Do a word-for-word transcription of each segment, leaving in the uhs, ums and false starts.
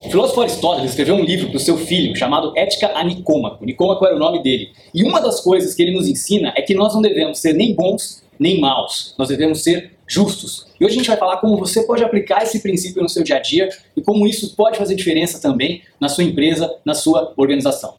O filósofo Aristóteles escreveu um livro para o seu filho chamado Ética a Nicômaco. Nicômaco era o nome dele. E uma das coisas que ele nos ensina é que nós não devemos ser nem bons nem maus. Nós devemos ser justos. E hoje a gente vai falar como você pode aplicar esse princípio no seu dia a dia e como isso pode fazer diferença também na sua empresa, na sua organização.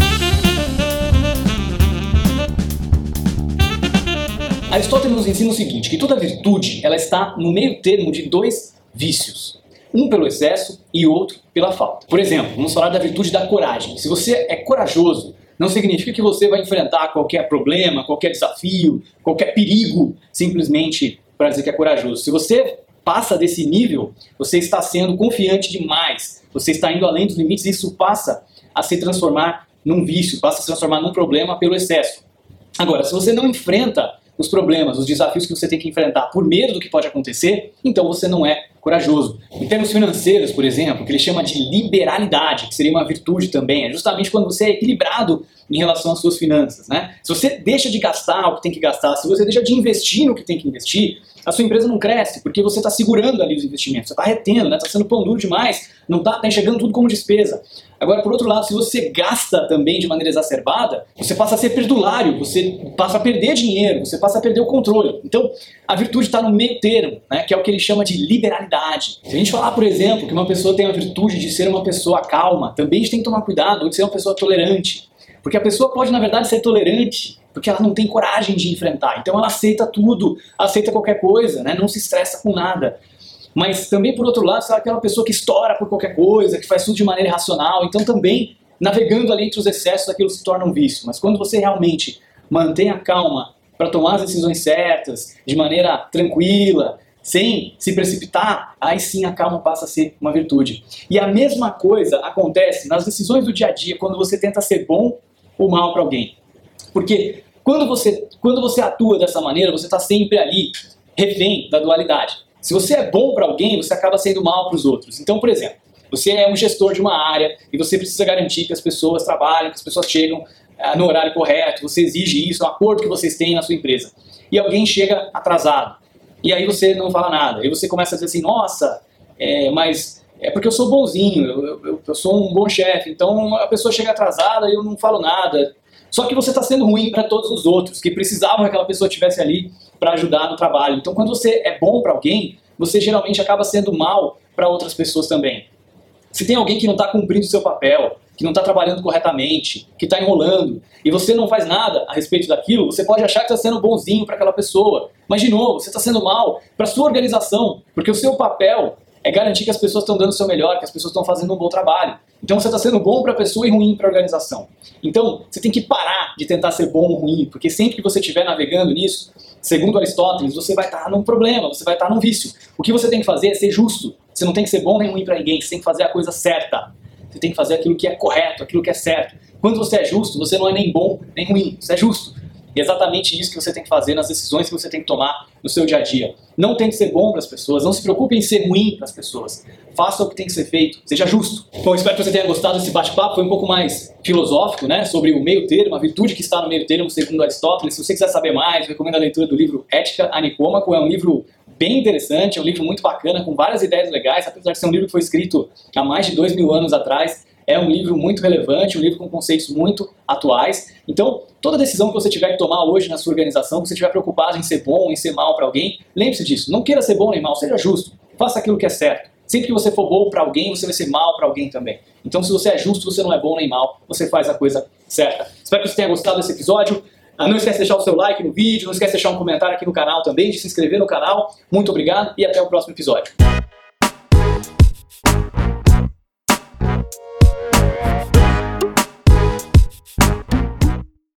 Aristóteles nos ensina o seguinte, que toda virtude ela está no meio termo de dois vícios. Um pelo excesso e outro pela falta. Por exemplo, vamos falar da virtude da coragem. Se você é corajoso, não significa que você vai enfrentar qualquer problema, qualquer desafio, qualquer perigo, simplesmente para dizer que é corajoso. Se você passa desse nível, você está sendo confiante demais, você está indo além dos limites e isso passa a se transformar num vício, passa a se transformar num problema pelo excesso. Agora, se você não enfrenta os problemas, os desafios que você tem que enfrentar por medo do que pode acontecer, então você não é corajoso. Em termos financeiros, por exemplo, que ele chama de liberalidade, que seria uma virtude também, é justamente quando você é equilibrado em relação às suas finanças, né? Se você deixa de gastar o que tem que gastar, se você deixa de investir no que tem que investir, a sua empresa não cresce, porque você está segurando ali os investimentos, você está retendo, né? Está sendo pão duro demais, não está tá enxergando tudo como despesa. Agora, por outro lado, se você gasta também de maneira exacerbada, você passa a ser perdulário, você passa a perder dinheiro, você passa a perder o controle. Então, a virtude está no meio termo, né? Que é o que ele chama de liberalidade. Se a gente falar, por exemplo, que uma pessoa tem a virtude de ser uma pessoa calma, também a gente tem que tomar cuidado de ser uma pessoa tolerante. Porque a pessoa pode, na verdade, ser tolerante porque ela não tem coragem de enfrentar. Então ela aceita tudo, aceita qualquer coisa, né? Não se estressa com nada. Mas também, por outro lado, sabe aquela pessoa que estoura por qualquer coisa, que faz tudo de maneira irracional. Então também, navegando ali entre os excessos, aquilo se torna um vício. Mas quando você realmente mantém a calma para tomar as decisões certas, de maneira tranquila, sem se precipitar, aí sim a calma passa a ser uma virtude. E a mesma coisa acontece nas decisões do dia a dia, quando você tenta ser bom ou mal para alguém. Porque quando você, quando você atua dessa maneira, você está sempre ali, refém da dualidade. Se você é bom para alguém, você acaba sendo mal para os outros. Então, por exemplo, você é um gestor de uma área e você precisa garantir que as pessoas trabalhem, que as pessoas chegam ah, no horário correto, você exige isso, é um acordo que vocês têm na sua empresa. E alguém chega atrasado. E aí você não fala nada. E você começa a dizer assim, nossa, é, mas é porque eu sou bonzinho, eu, eu, eu sou um bom chefe, então a pessoa chega atrasada e eu não falo nada. Só que você está sendo ruim para todos os outros, que precisavam que aquela pessoa estivesse ali para ajudar no trabalho. Então, quando você é bom para alguém, você geralmente acaba sendo mal para outras pessoas também. Se tem alguém que não está cumprindo o seu papel, que não está trabalhando corretamente, que está enrolando, e você não faz nada a respeito daquilo, você pode achar que está sendo bonzinho para aquela pessoa. Mas, de novo, você está sendo mal para a sua organização, porque o seu papel é garantir que as pessoas estão dando o seu melhor, que as pessoas estão fazendo um bom trabalho. Então você está sendo bom para a pessoa e ruim para a organização. Então você tem que parar de tentar ser bom ou ruim, porque sempre que você estiver navegando nisso, segundo Aristóteles, você vai estar num problema, você vai estar num vício. O que você tem que fazer é ser justo. Você não tem que ser bom nem ruim para ninguém, você tem que fazer a coisa certa. Você tem que fazer aquilo que é correto, aquilo que é certo. Quando você é justo, você não é nem bom nem ruim, você é justo. E é exatamente isso que você tem que fazer nas decisões que você tem que tomar no seu dia a dia. Não tente ser bom para as pessoas, não se preocupe em ser ruim para as pessoas. Faça o que tem que ser feito, seja justo. Bom, espero que você tenha gostado desse bate-papo, foi um pouco mais filosófico, né, sobre o meio termo, a virtude que está no meio termo, segundo Aristóteles. Se você quiser saber mais, eu recomendo a leitura do livro Ética a Nicômaco, é um livro bem interessante, é um livro muito bacana, com várias ideias legais, apesar de ser um livro que foi escrito há mais de dois mil anos atrás. É um livro muito relevante, um livro com conceitos muito atuais. Então, toda decisão que você tiver que tomar hoje na sua organização, que você estiver preocupado em ser bom, em ser mal para alguém, lembre-se disso. Não queira ser bom nem mal, seja justo. Faça aquilo que é certo. Sempre que você for bom para alguém, você vai ser mal para alguém também. Então, se você é justo, você não é bom nem mal, você faz a coisa certa. Espero que você tenha gostado desse episódio. Não esquece de deixar o seu like no vídeo, não esquece de deixar um comentário aqui no canal também, de se inscrever no canal. Muito obrigado e até o próximo episódio.